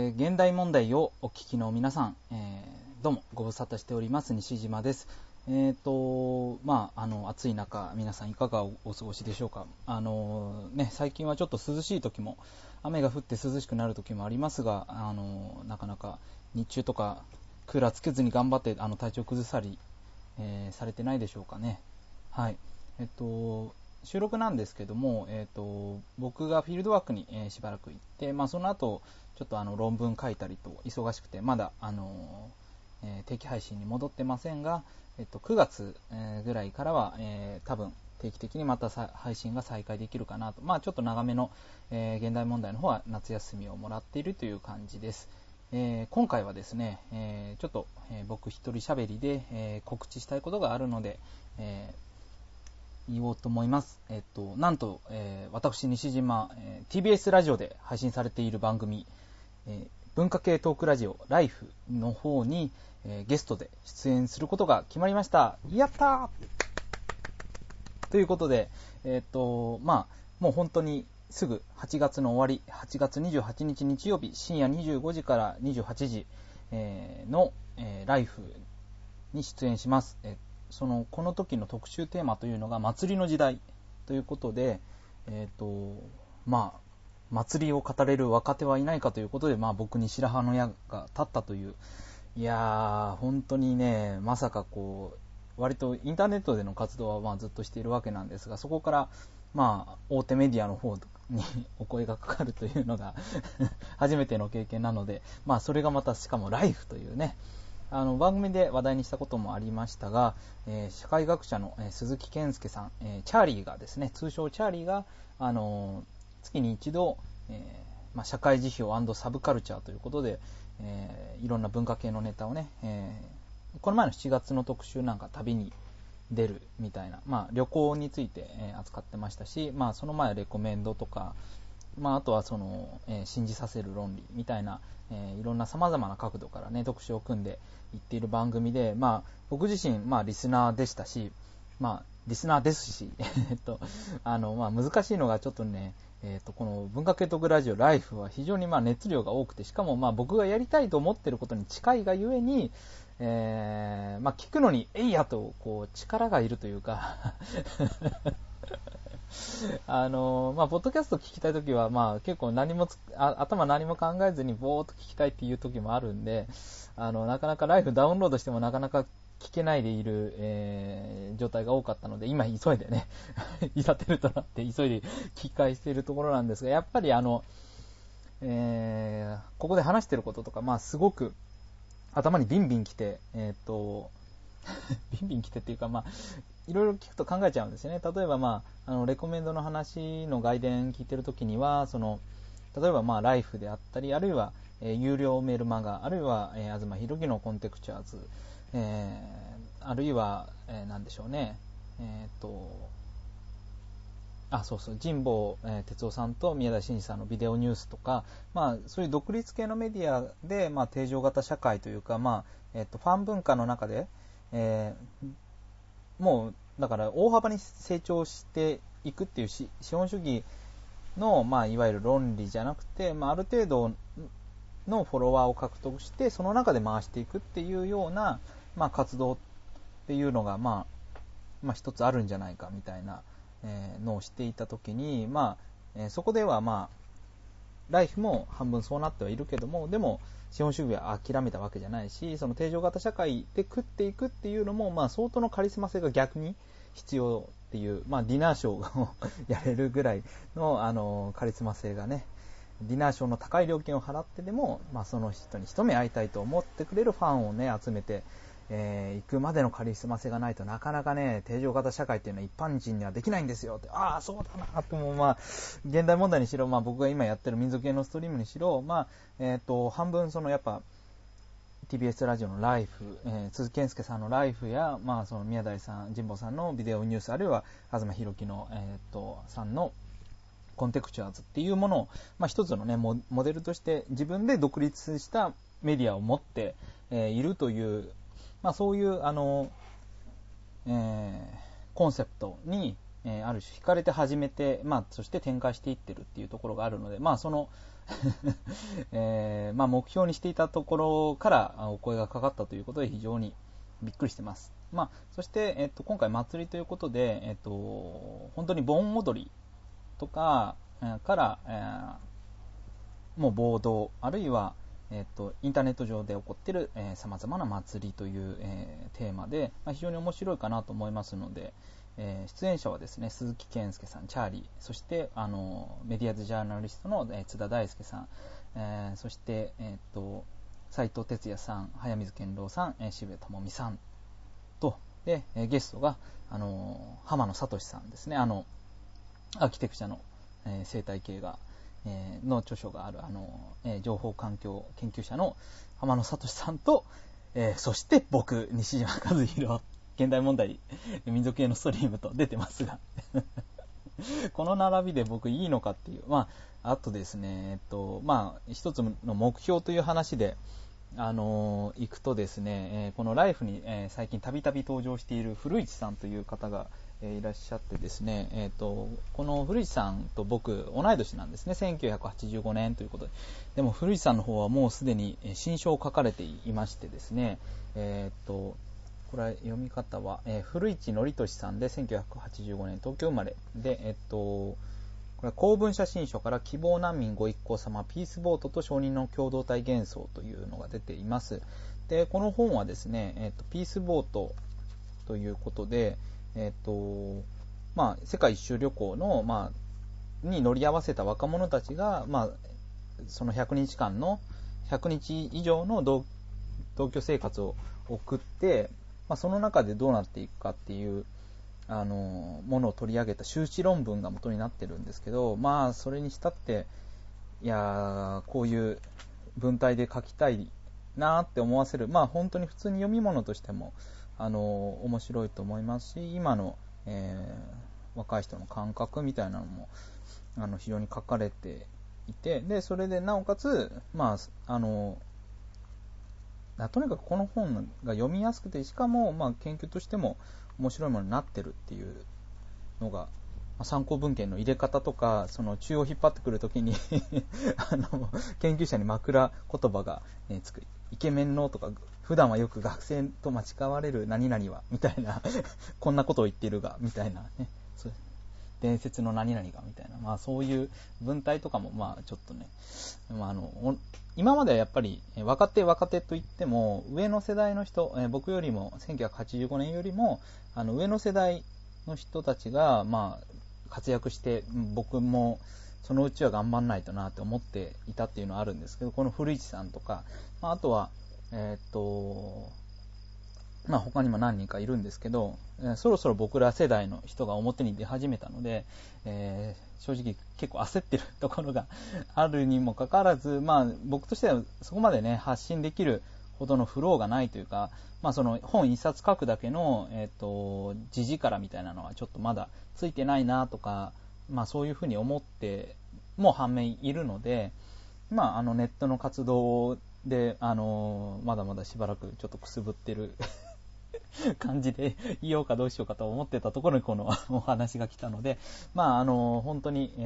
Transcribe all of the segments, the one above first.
現代問題をお聞きの皆さん、どうもご無沙汰しております西島です。暑い中皆さんいかがお過ごしでしょうか。最近はちょっと涼しい時も雨が降って涼しくなる時もありますが、なかなか日中とかクーラーつけずに頑張って体調崩さり、されてないでしょうかね。はい。収録なんですけども、僕がフィールドワークに、しばらく行って、その後ちょっと論文書いたりと忙しくてまだ、定期配信に戻ってませんが、9月、ぐらいからは、多分定期的にまた配信が再開できるかなと、ちょっと長めの、現代問題の方は夏休みをもらっているという感じです。今回はですね、ちょっと、僕一人喋りで、告知したいことがあるので、言おうと思います。なんと、私西島、TBS ラジオで配信されている番組、文化系トークラジオライフの方に、ゲストで出演することが決まりました。やったーということで、もう本当にすぐ8月の終わり、8月28日日曜日深夜25時から28時、の、ライフに出演します。この時の特集テーマというのが祭りの時代ということで、祭りを語れる若手はいないかということで、僕に白羽の矢が立ったという、いやー本当にね、まさか割とインターネットでの活動はずっとしているわけなんですが、そこから大手メディアの方にお声がかかるというのが初めての経験なので、それがまたしかもライフというね、番組で話題にしたこともありましたが、社会学者の、鈴木健介さん、チャーリーがですね、通称チャーリーが、月に一度、社会辞表&サブカルチャーということで、いろんな文化系のネタをね、この前の7月の特集なんか旅に出るみたいな、旅行について、扱ってましたし、その前はレコメンドとか、あとは信じさせる論理みたいな、いろんな様々な角度からね特集を組んでいっている番組で、僕自身、リスナーでしたし、リスナーですし難しいのがちょっとね、この文化系トークラジオライフは非常に熱量が多くて、しかも僕がやりたいと思っていることに近いがゆえに、聞くのにえいやと力がいるというかポッドキャスト聞きたいときは、結構頭何も考えずにぼーっと聞きたいっていうときもあるんで、なかなかライフダウンロードしてもなかなか聞けないでいる、状態が多かったので、今急いでね、いざてるとなって急いで聞き返しているところなんですが、やっぱりここで話していることとか、すごく頭にビンビンきて、ビンビンきてっていうか、いろいろ聞くと考えちゃうんですよね。例えば、レコメンドの話の外伝聞いてるときには、例えば、ライフであったり、あるいは、有料メールマガ、あるいは、東博樹のコンテクチャーズ、あるいは、なんでしょうね、神保、哲夫さんと宮台真司さんのビデオニュースとか、そういう独立系のメディアで、定常型社会というか、ファン文化の中で、もうだから大幅に成長していくっていう資本主義の、いわゆる論理じゃなくて、ある程度のフォロワーを獲得してその中で回していくっていうような、活動っていうのが一つあるんじゃないかみたいな、のをしていたときに、そこではライフも半分そうなってはいるけども、でも資本主義は諦めたわけじゃないし、その定常型社会で食っていくっていうのも、相当のカリスマ性が逆に必要っていう、ディナーショーをやれるぐらいの、カリスマ性がね、ディナーショーの高い料金を払ってでも、その人に一目会いたいと思ってくれるファンをね集めて行くまでのカリスマ性がないとなかなかね、定常型社会っていうのは一般人にはできないんですよって、そうだなとも、現代問題にしろ、僕が今やってる民族系のストリームにしろ、半分やっぱ TBS ラジオのライフ、鈴木健介さんのライフや、その宮台さん、神保さんのビデオニュース、あるいは東博樹の、さんのコンテクチャーズっていうものを、一つのねモデルとして自分で独立したメディアを持って、いるという、そういうコンセプトに、ある種惹かれて始めて、そして展開していってるっていうところがあるので、その、 目標にしていたところからお声がかかったということで非常にびっくりしてます。そして、今回祭りということで、本当に盆踊りとかから、もう暴動、あるいは、インターネット上で起こっているさまざまな祭りという、テーマで、非常に面白いかなと思いますので、出演者はですね、鈴木健介さん、チャーリー、そしてメディアズジャーナリストの、津田大介さん、そして、斉藤哲也さん、早水健郎さん、渋谷智美さんと、で、ゲストが浜野聡さんですね、アーキテクチャの、生態系がの著書がある情報環境研究者の浜野聡さんと、そして僕西島和弘、現代問題民族系のストリームと出てますがこの並びで僕いいのかっていう、あとですね、一つの目標という話で行くとですね、このライフに、最近たびたび登場している古市さんという方がいらっしゃってですね、この古市さんと僕同い年なんですね。1985年ということで、でも古市さんの方はもうすでに新書を書かれていましてですね、これは読み方は、古市憲寿さんで1985年東京生まれで、これは公文写真書から希望難民ご一行様ピースボートと証人の共同体幻想というのが出ています。でこの本はですね、ピースボートということで、世界一周旅行の、に乗り合わせた若者たちが、その100日間の100日以上の同居生活を送って、その中でどうなっていくかっていうものを取り上げた修士論文が元になってるんですけど、それにしたってこういう文体で書きたいなって思わせる、本当に普通に読み物としても面白いと思いますし、今の、若い人の感覚みたいなのも非常に書かれていて、でそれでなおかつ、とにかくこの本が読みやすくて、しかも、研究としても面白いものになってるっていうのが、参考文献の入れ方とか、その中を引っ張ってくるときに研究者に枕言葉が、つくイケメンのとか、普段はよく学生と間違われる何々はみたいなこんなことを言っているがみたいなね、伝説の何々がみたいな、そういう文体とかもちょっとね、今まではやっぱり若手といっても上の世代の人、僕よりも1985年よりも上の世代の人たちが活躍して、僕もそのうちは頑張んないとなって思っていたっていうのはあるんですけど、この古市さんとか、あとは他にも何人かいるんですけど、そろそろ僕ら世代の人が表に出始めたので、正直結構焦ってるところがあるにもかかわらず、僕としてはそこまでね発信できるほどのフローがないというか、その本一冊書くだけの地力みたいなのはちょっとまだついてないなとか、そういうふうに思っても反面いるので、ネットの活動でまだまだしばらくちょっとくすぶってる感じで言おうかどうしようかと思ってたところにこのお話が来たので、本当に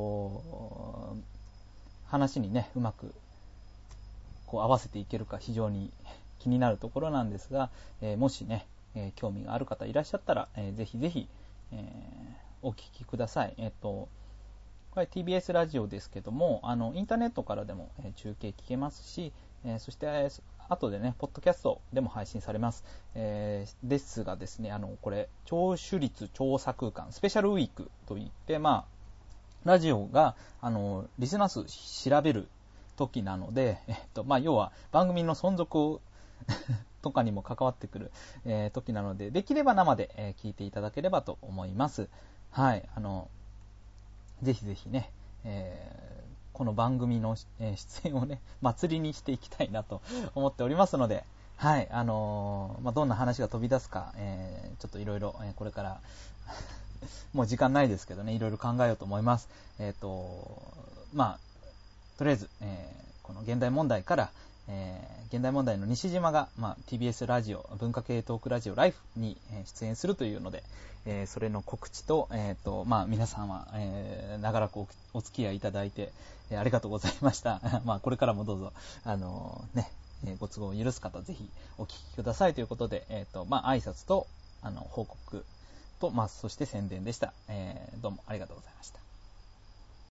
話にねうまくこう合わせていけるか非常に気になるところなんですが、もしね、興味がある方いらっしゃったら、ぜひぜひ、お聞きください。これ TBS ラジオですけども、インターネットからでも、中継聞けますし、そして後でねポッドキャストでも配信されます。ですがですね、これ聴取率調査空間スペシャルウィークといって、ラジオがリスナー数調べる時なので、要は番組の存続とかにも関わってくる、時なので、できれば生で、聞いていただければと思います。はい、ぜひぜひね、この番組の、出演をね祭りにしていきたいなと思っておりますので、はい、どんな話が飛び出すか、ちょっといろいろこれからもう時間ないですけどね、いろいろ考えようと思います。とりあえず、この現代問題から、 現代問題の西島が、TBS ラジオ文化系トークラジオライフに出演するというので、それの告知と、皆さんは、長らくお付き合いいただいて、ありがとうございました。これからもどうぞご都合を許す方ぜひお聞きくださいということで、挨拶と報告と、そして宣伝でした。どうもありがとうございました。